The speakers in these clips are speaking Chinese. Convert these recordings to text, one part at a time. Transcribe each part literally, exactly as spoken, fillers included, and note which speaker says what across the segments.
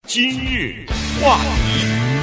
Speaker 1: 今日话题，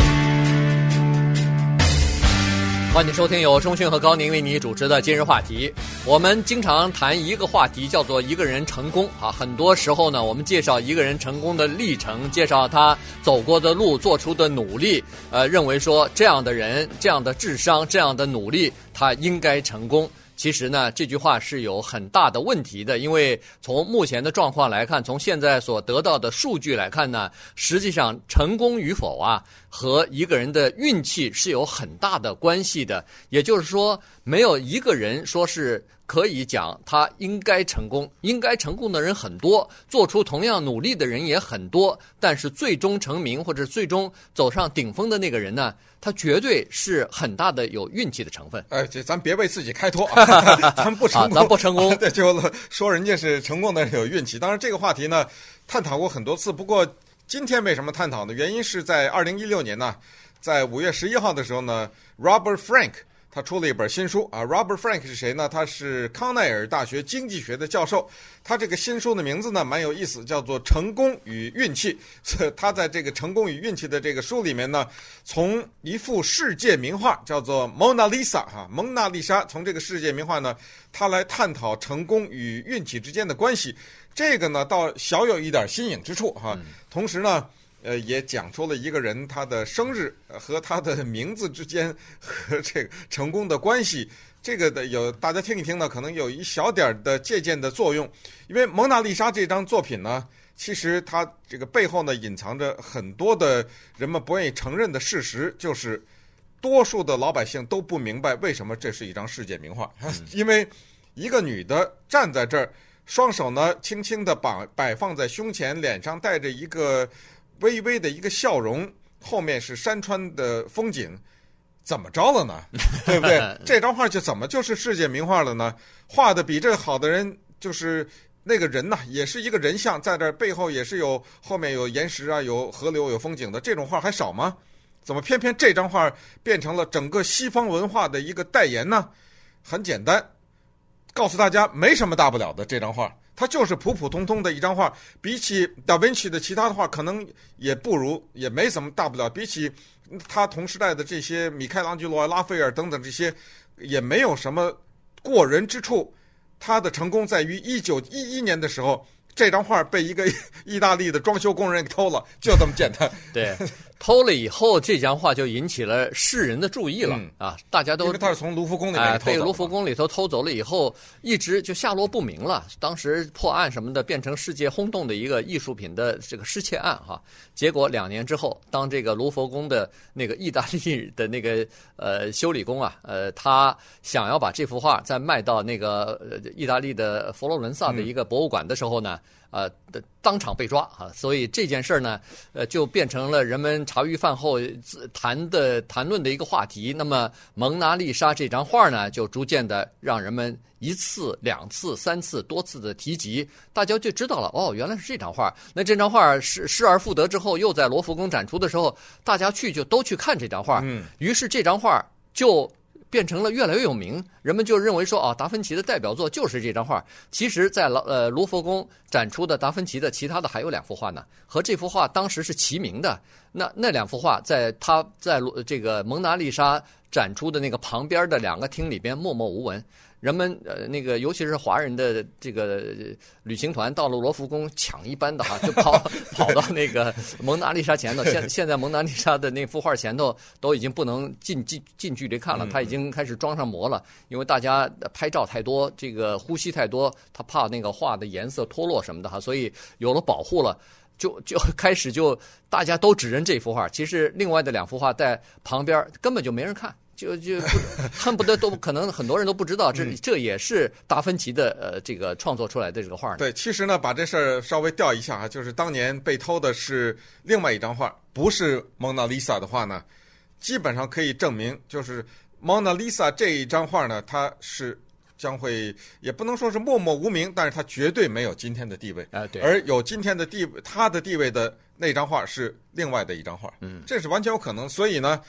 Speaker 2: 欢迎收听由钟迅和高宁为你主持的今日话题。我们经常谈一个话题，叫做一个人成功啊。很多时候呢，我们介绍一个人成功的历程，介绍他走过的路，做出的努力，呃，认为说这样的人、这样的智商、这样的努力，他应该成功。其实呢，这句话是有很大的问题的，因为从目前的状况来看，从现在所得到的数据来看呢，实际上成功与否啊，和一个人的运气是有很大的关系的。也就是说，没有一个人说是可以讲他应该成功，应该成功的人很多，做出同样努力的人也很多，但是最终成名或者最终走上顶峰的那个人呢，他绝对是很大的有运气的成分。
Speaker 3: 哎，这咱别为自己开脱啊，咱不成功，
Speaker 2: 啊、咱不成功，
Speaker 3: 对，就说人家是成功的人有运气。当然，这个话题呢，探讨过很多次。不过今天为什么探讨呢？原因是在二零一六年呢，在五月十一号的时候呢 ，Robert Frank。他出了一本新书啊 ，Robert Frank 是谁呢？他是康奈尔大学经济学的教授。他这个新书的名字呢蛮有意思，叫做《成功与运气》。他在这个《成功与运气》的这个书里面呢，从一幅世界名画叫做《蒙娜丽莎》哈，蒙娜丽莎，从这个世界名画呢，他来探讨成功与运气之间的关系。这个呢，倒小有一点新颖之处哈。同时呢。呃，也讲出了一个人他的生日和他的名字之间和这个成功的关系。这个的有大家听一听呢，可能有一小点的借鉴的作用。因为蒙娜丽莎这张作品呢，其实它这个背后呢隐藏着很多的人们不愿意承认的事实，就是多数的老百姓都不明白为什么这是一张世界名画。嗯、因为一个女的站在这儿，双手呢轻轻地摆摆放在胸前，脸上带着一个微微的一个笑容，后面是山川的风景，怎么着了呢？对不对？这张画就怎么就是世界名画了呢？画的比这好的人，就是那个人呐、啊，也是一个人像，在这背后也是有后面有岩石啊，有河流，有风景的，这种画还少吗？怎么偏偏这张画变成了整个西方文化的一个代言呢？很简单，告诉大家没什么大不了的，这张画。它就是普普通通的一张画，比起达芬奇的其他的画，可能也不如，也没什么大不了。比起他同时代的这些米开朗基罗、拉斐尔等等这些，也没有什么过人之处。他的成功在于一九一一年的时候，这张画被一个意大利的装修工人给偷了，就这么简单。
Speaker 2: 对，偷了以后，这张画就引起了世人的注意了、嗯、啊！大家都
Speaker 3: 因为他是从卢浮宫里面偷走、
Speaker 2: 哎、被卢浮宫里头偷走了以后，一直就下落不明了。当时破案什么的，变成世界轰动的一个艺术品的这个失窃案哈。结果两年之后，当这个卢浮宫的那个意大利的那个呃修理工啊，呃，他想要把这幅画再卖到那个呃意大利的佛罗伦萨的一个博物馆的时候呢。嗯呃，当场被抓啊！所以这件事儿呢，呃，就变成了人们茶余饭后谈的谈论的一个话题。那么，蒙娜丽莎这张画呢，就逐渐的让人们一次、两次、三次、多次的提及，大家就知道了哦，原来是这张画。那这张画失失而复得之后，又在罗浮宫展出的时候，大家去就都去看这张画。嗯，于是这张画就变成了越来越有名，人们就认为说啊，达芬奇的代表作就是这张画。其实在，在呃卢浮宫展出的达芬奇的其他的还有两幅画呢，和这幅画当时是齐名的。那那两幅画在他在这个蒙娜丽莎展出的那个旁边的两个厅里边默默无闻。人们呃那个尤其是华人的这个旅行团到了罗浮宫抢一般的哈，就跑跑到那个蒙娜丽莎前头。现现在蒙娜丽莎的那幅画前头都已经不能近近近距离看了，它已经开始装上膜了，因为大家拍照太多，这个呼吸太多，他怕那个画的颜色脱落什么的哈，所以有了保护了。就就开始就大家都只认这幅画，其实另外的两幅画在旁边根本就没人看，就就恨不得都可能很多人都不知道，这这也是达芬奇的呃这个创作出来的这个画。
Speaker 3: 对，其实呢，把这事儿稍微调一下啊，就是当年被偷的是另外一张画，不是蒙娜丽莎的画呢，基本上可以证明，就是蒙娜丽莎这一张画呢，它是。将会也不能说是默默无名，但是他绝对没有今天的地位
Speaker 2: 啊。对，
Speaker 3: 而有今天的地他的地位的那张画是另外的一张画，嗯，这是完全有可能。所以呢，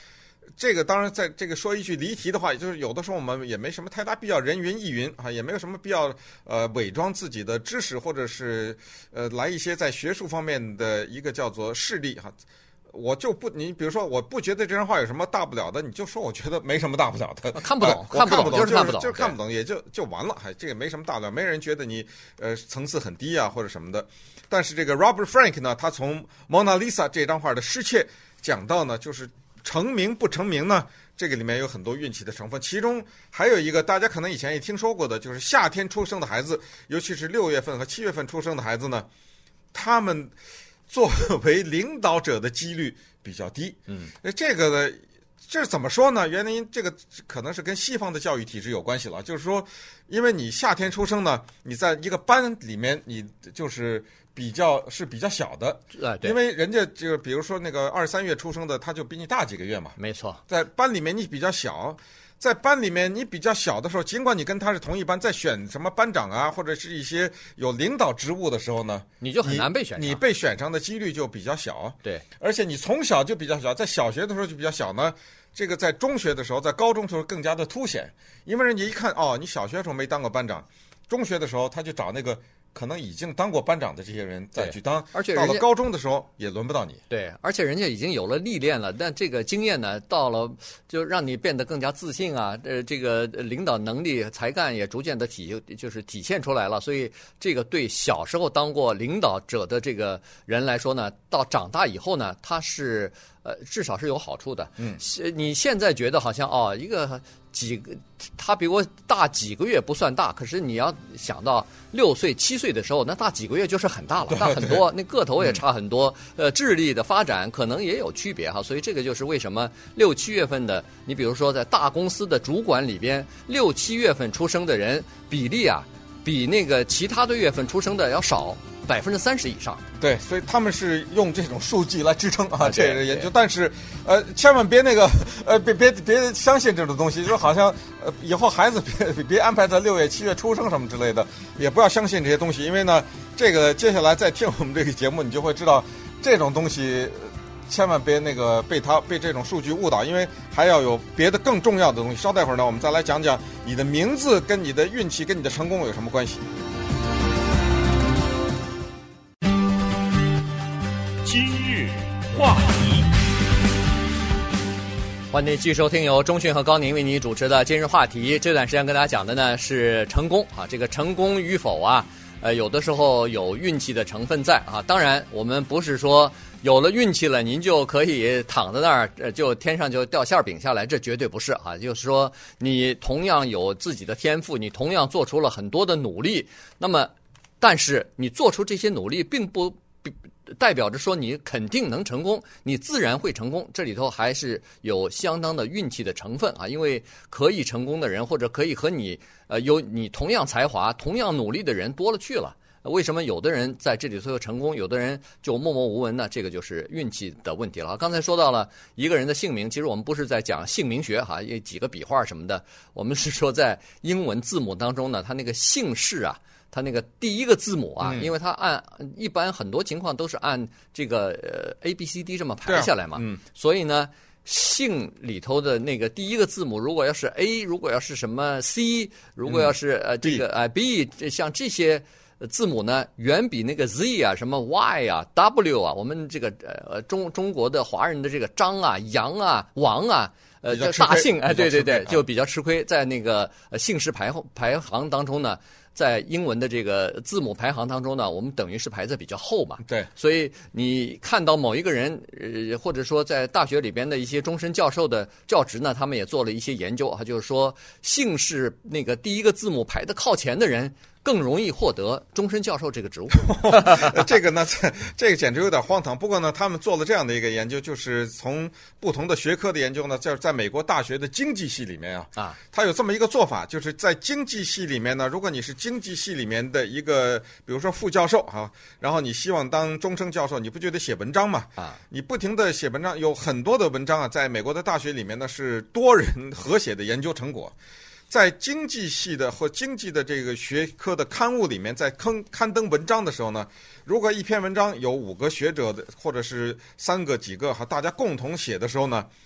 Speaker 3: 这个当然，在这个说一句离题的话，也就是有的时候我们也没什么太大必要人云亦云啊，也没有什么必要呃伪装自己的知识，或者是呃来一些在学术方面的一个叫做势力哈。我就不，你比如说，我不觉得这张画有什么大不了的，你就说我觉得没什么大不了的，
Speaker 2: 看不懂，
Speaker 3: 呃、看
Speaker 2: 不
Speaker 3: 懂，
Speaker 2: 就是看不懂，
Speaker 3: 就是看不懂，也就就完了，还这个没什么大不了，没人觉得你呃层次很低啊或者什么的。但是这个 Robert Frank 呢，他从蒙娜丽莎这张画的失窃讲到呢，就是成名不成名呢，这个里面有很多运气的成分。其中还有一个大家可能以前也听说过的，就是夏天出生的孩子，尤其是六月份和七月份出生的孩子呢，他们作为领导者的几率比较低。
Speaker 2: 嗯，
Speaker 3: 这个呢，这怎么说呢？原因这个可能是跟西方的教育体制有关系了。就是说，因为你夏天出生呢，你在一个班里面，你就是比较是比较小的。
Speaker 2: 啊，对，
Speaker 3: 因为人家就比如说那个二三月出生的，他就比你大几个月嘛。
Speaker 2: 没错，
Speaker 3: 在班里面你比较小。在班里面你比较小的时候，尽管你跟他是同一班，在选什么班长啊，或者是一些有领导职务的时候呢，
Speaker 2: 你就很难被选上，
Speaker 3: 你被选上的几率就比较小。
Speaker 2: 对，
Speaker 3: 而且你从小就比较小，在小学的时候就比较小呢，这个在中学的时候，在高中的时候更加的凸显，因为人家一看哦，你小学的时候没当过班长，中学的时候他就找那个可能已经当过班长的这些人再去当，
Speaker 2: 而且
Speaker 3: 到了高中的时候也轮不到你。
Speaker 2: 对，而且人家已经有了历练了，但这个经验呢，到了就让你变得更加自信啊，呃，这个领导能力、才干也逐渐的体就是体现出来了。所以这个对小时候当过领导者的这个人来说呢，到长大以后呢，他是呃至少是有好处的。
Speaker 3: 嗯，
Speaker 2: 你现在觉得好像哦，一个几个他比我大几个月不算大，可是你要想到六岁、七岁的时候，那大几个月就是很大了，大很多，那个头也差很多，呃，智力的发展可能也有区别哈。所以这个就是为什么六七月份的，你比如说在大公司的主管里边，六七月份出生的人比例啊，比那个其他的月份出生的要少百分之三十以上。
Speaker 3: 对，所以他们是用这种数据来支撑啊，
Speaker 2: 啊
Speaker 3: 这个研究。但是，呃，千万别那个，呃，别别别相信这种东西，就好像呃，以后孩子别别安排在六月、七月出生什么之类的，也不要相信这些东西。因为呢，这个接下来再听我们这个节目，你就会知道这种东西，千万别那个被他被这种数据误导，因为还要有别的更重要的东西。稍待会儿呢，我们再来讲讲你的名字跟你的运气跟你的成功有什么关系。
Speaker 1: 今日话题，
Speaker 2: 欢迎继续收听由钟迅和高宁为你主持的今日话题。这段时间跟大家讲的呢是成功啊，这个成功与否啊，呃，有的时候有运气的成分在啊。当然，我们不是说有了运气了，您就可以躺在那儿，呃，就天上就掉馅饼下来，这绝对不是啊。就是说，你同样有自己的天赋，你同样做出了很多的努力，那么，但是你做出这些努力，并不代表着说你肯定能成功，你自然会成功。这里头还是有相当的运气的成分啊，因为可以成功的人，或者可以和你呃有你同样才华、同样努力的人多了去了。为什么有的人在这里头成功，有的人就默默无闻呢？这个就是运气的问题了。刚才说到了一个人的姓名，其实我们不是在讲姓名学哈，有几个笔画什么的，我们是说在英文字母当中呢，它那个姓氏啊。它那个第一个字母啊，
Speaker 3: 嗯、
Speaker 2: 因为它按一般很多情况都是按这个呃 A B C D 这么排下来嘛，
Speaker 3: 嗯，
Speaker 2: 所以呢，姓里头的那个第一个字母，如果要是 A， 如果要是什么 C， 如果要是、嗯、呃这个呃 B， 像这些字母呢，远比那个 Z 啊、什么 Y 啊、W 啊，我们这个呃中中国的华人的这个张啊、杨啊、王啊。呃，叫大姓哎，对对对，就比较吃亏，在那个呃姓氏排排行当中呢，在英文的这个字母排行当中呢，我们等于是排在比较后嘛。
Speaker 3: 对，
Speaker 2: 所以你看到某一个人，呃，或者说在大学里边的一些终身教授的教职呢，他们也做了一些研究啊，就是说姓氏那个第一个字母排的靠前的人。更容易获得终身教授这个职务。
Speaker 3: 这个呢，这个简直有点荒唐。不过呢，他们做了这样的一个研究，就是从不同的学科的研究呢，就是在美国大学的经济系里面啊，
Speaker 2: 啊，
Speaker 3: 他有这么一个做法，就是在经济系里面呢，如果你是经济系里面的一个，比如说副教授哈、啊，然后你希望当终身教授，你不就得写文章嘛？
Speaker 2: 啊，
Speaker 3: 你不停的写文章，有很多的文章啊，在美国的大学里面呢是多人合写的研究成果。在经济系的或经济的这个学科的刊物里面，在刊刊登文章的时候呢，如果一篇文章有五个学者的或者是三个几个哈，大家共同写的时候呢，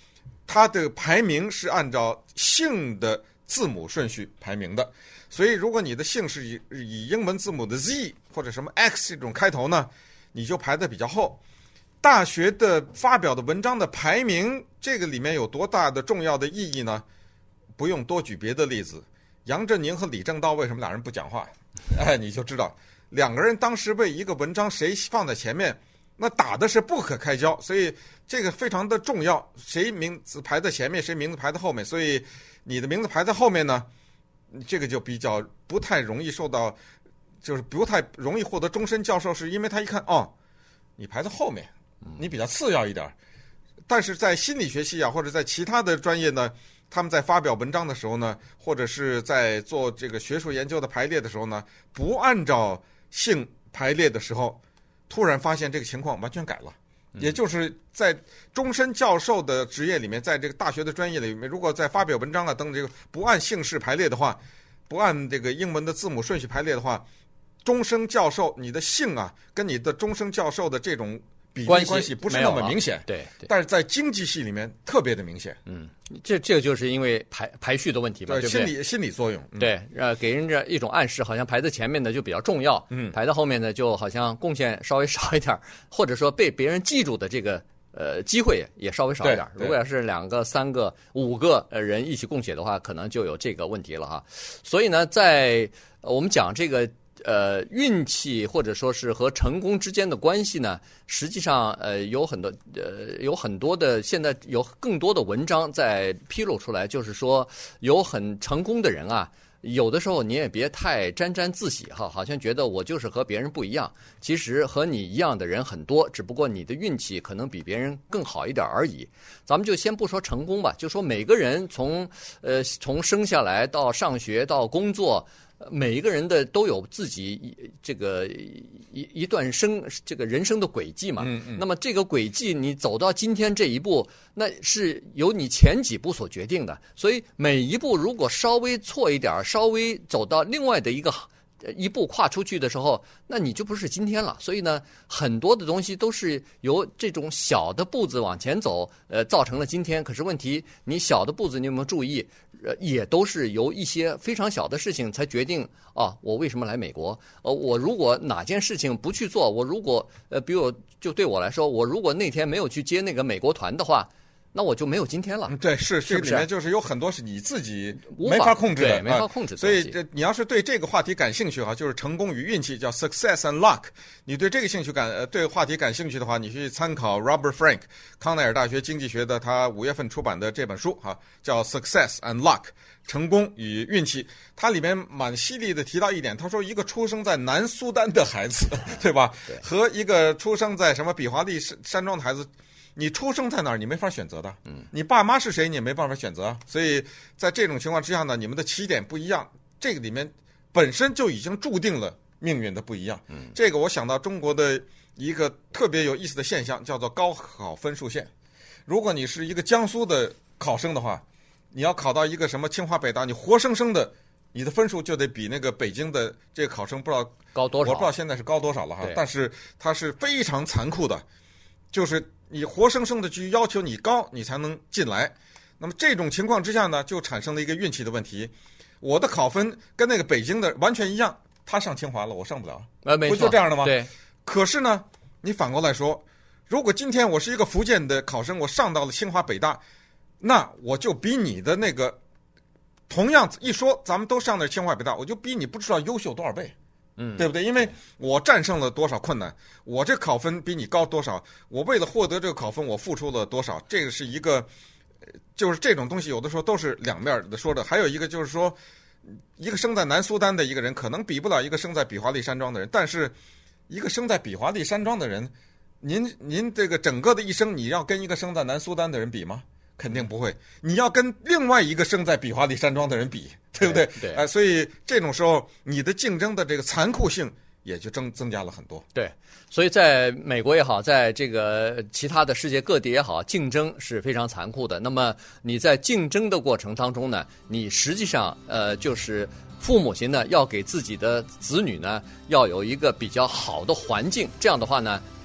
Speaker 3: 它的排名是按照姓的字母顺序排名的。所以如果你的姓是以以英文字母的 Z 或者什么 X 这种开头呢，你就排得比较后。大学的发表的文章的排名，这个里面有多大的重要的意义呢？不用多举别的例子，杨振宁和李政道为什么俩人不讲话？哎，你就知道两个人当时为一个文章谁放在前面，那打的是不可开交，所以这个非常的重要，谁名字排在前面，谁名字排在后面。所以你的名字排在后面呢，这个就比较不太容易受到，就是不太容易获得终身教授，是因为他一看哦，你排在后面，你比较次要一点。但是在心理学系啊，或者在其他的专业呢，他们在发表文章的时候呢，或者是在做这个学术研究的排列的时候呢，不按照姓排列的时候，突然发现这个情况完全改了。也就是在终身教授的职业里面，在这个大学的专业里面，如果在发表文章啊等这个不按姓氏排列的话，不按这个英文的字母顺序排列的话，终身教授你的姓啊跟你的终身教授的这种比例关系不是那么明显，
Speaker 2: 对，对，
Speaker 3: 但是在经济系里面特别的明显。
Speaker 2: 嗯，这这个就是因为排排序的问题嘛，对不对？
Speaker 3: 心理心理作用，嗯、
Speaker 2: 对，呃，给人家一种暗示，好像排在前面的就比较重要，嗯，排在后面的就好像贡献稍微少一点，或者说被别人记住的这个呃机会也稍微少一点。如果要是两个、三个、五个呃人一起共写的话，可能就有这个问题了哈。所以呢，在我们讲这个。呃，运气或者说是和成功之间的关系呢，实际上呃有很多呃有很多的，现在有更多的文章在披露出来，就是说有很成功的人啊，有的时候你也别太沾沾自喜哈，好像觉得我就是和别人不一样，其实和你一样的人很多，只不过你的运气可能比别人更好一点而已。咱们就先不说成功吧，就说每个人从呃从生下来到上学到工作。每一个人的都有自己这个一一段生这个人生的轨迹嘛，嗯嗯，那么这个轨迹你走到今天这一步，那是由你前几步所决定的，所以每一步如果稍微错一点，稍微走到另外的一个一步跨出去的时候，那你就不是今天了。所以呢，很多的东西都是由这种小的步子往前走，呃，造成了今天。可是问题，你小的步子你有没有注意？呃，也都是由一些非常小的事情才决定啊，我为什么来美国？呃，我如果哪件事情不去做，我如果呃，比如就对我来说，我如果那天没有去接那个美国团的话。那我就没有今天了。
Speaker 3: 对，是这里面就是有很多是你自己没法控制的，
Speaker 2: 对，没法控制的。
Speaker 3: 所以这你要是对这个话题感兴趣哈，就是成功与运气，叫 success and luck。你对这个兴趣感，呃，对话题感兴趣的话，你去参考 Robert Frank 康奈尔大学经济学的他五月份出版的这本书哈，叫 Success and Luck， 成功与运气。它里面蛮犀利的提到一点，他说一个出生在南苏丹的孩子，对吧？
Speaker 2: 对，
Speaker 3: 和一个出生在什么比华利山庄的孩子。你出生在哪儿，你没法选择的。嗯，你爸妈是谁，你也没办法选择。所以在这种情况之下呢，你们的起点不一样，这个里面本身就已经注定了命运的不一样。嗯，这个我想到中国的一个特别有意思的现象，叫做高考分数线。如果你是一个江苏的考生的话，你要考到一个什么清华北大，你活生生的，你的分数就得比那个北京的这个考生不知道
Speaker 2: 高多少，
Speaker 3: 我不知道现在是高多少了哈。但是它是非常残酷的，就是你活生生的去要求你高，你才能进来。那么这种情况之下呢，就产生了一个运气的问题。我的考分跟那个北京的完全一样，他上清华了，我上不了，
Speaker 2: 呃，没错，
Speaker 3: 不就这样的吗？
Speaker 2: 对。
Speaker 3: 可是呢，你反过来说，如果今天我是一个福建的考生，我上到了清华北大，那我就比你的那个同样一说，咱们都上的清华北大，我就比你不知道优秀多少倍。嗯，对不对？因为我战胜了多少困难，我这考分比你高多少，我为了获得这个考分，我付出了多少，这个是一个，就是这种东西有的时候都是两面的说的。还有一个就是说，一个生在南苏丹的一个人，可能比不了一个生在比华利山庄的人，但是一个生在比华利山庄的人，您您这个整个的一生，你要跟一个生在南苏丹的人比吗？肯定不会，你要跟另外一个生在比华利山庄的人比，对不对？
Speaker 2: 对，
Speaker 3: 哎、呃，所以这种时候，你的竞争的这个残酷性也就增增加了很多。
Speaker 2: 对，所以在美国也好，在这个其他的世界各地也好，竞争是非常残酷的。那么你在竞争的过程当中呢，你实际上呃就是父母亲呢要给自己的子女呢要有一个比较好的环境，这样的话呢。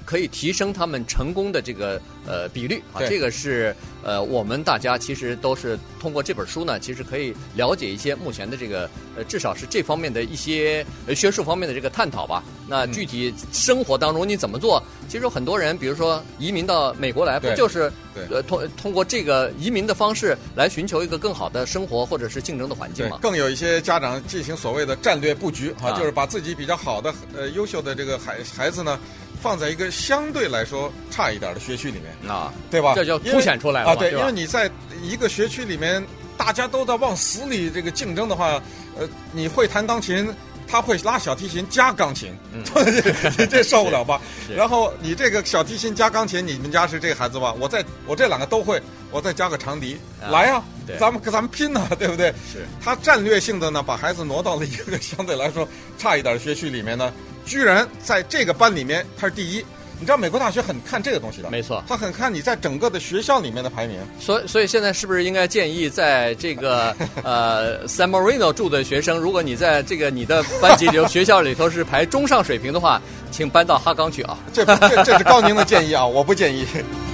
Speaker 2: 可以提升他们成功的这个呃比率啊。这个是呃我们大家其实都是通过这本书呢，其实可以了解一些目前的这个呃至少是这方面的一些呃学术方面的这个探讨吧。那具体生活当中你怎么做？其实有很多人，比如说移民到美国来，不就是呃通通过这个移民的方式来寻求一个更好的生活或者是竞争的环境嘛？
Speaker 3: 更有一些家长进行所谓的战略布局啊，就是把自己比较好的呃优秀的这个孩孩子呢，放在一个相对来说差一点的学区里面
Speaker 2: 啊，
Speaker 3: 对吧？
Speaker 2: 这就凸显出来了
Speaker 3: 啊，对，因为你在一个学区里面，大家都在往死里这个竞争的话，呃，你会弹钢琴。他会拉小提琴加钢琴，嗯、这这受不了吧？然后你这个小提琴加钢琴，你们家是这个孩子吧？我再我这两个都会，我再加个长笛，啊、来呀、啊，咱们咱们拼呐、啊，对不对？
Speaker 2: 是。
Speaker 3: 他战略性的呢，把孩子挪到了一个相对来说差一点的学区里面呢，居然在这个班里面他是第一。你知道美国大学很看这个东西的，
Speaker 2: 没错，
Speaker 3: 他很看你在整个的学校里面的排名。
Speaker 2: 所以，所以现在是不是应该建议，在这个呃 San Marino 住的学生，如果你在这个你的班级里、学校里头是排中上水平的话，请搬到哈冈去啊。
Speaker 3: 这这这是高宁的建议啊，我不建议。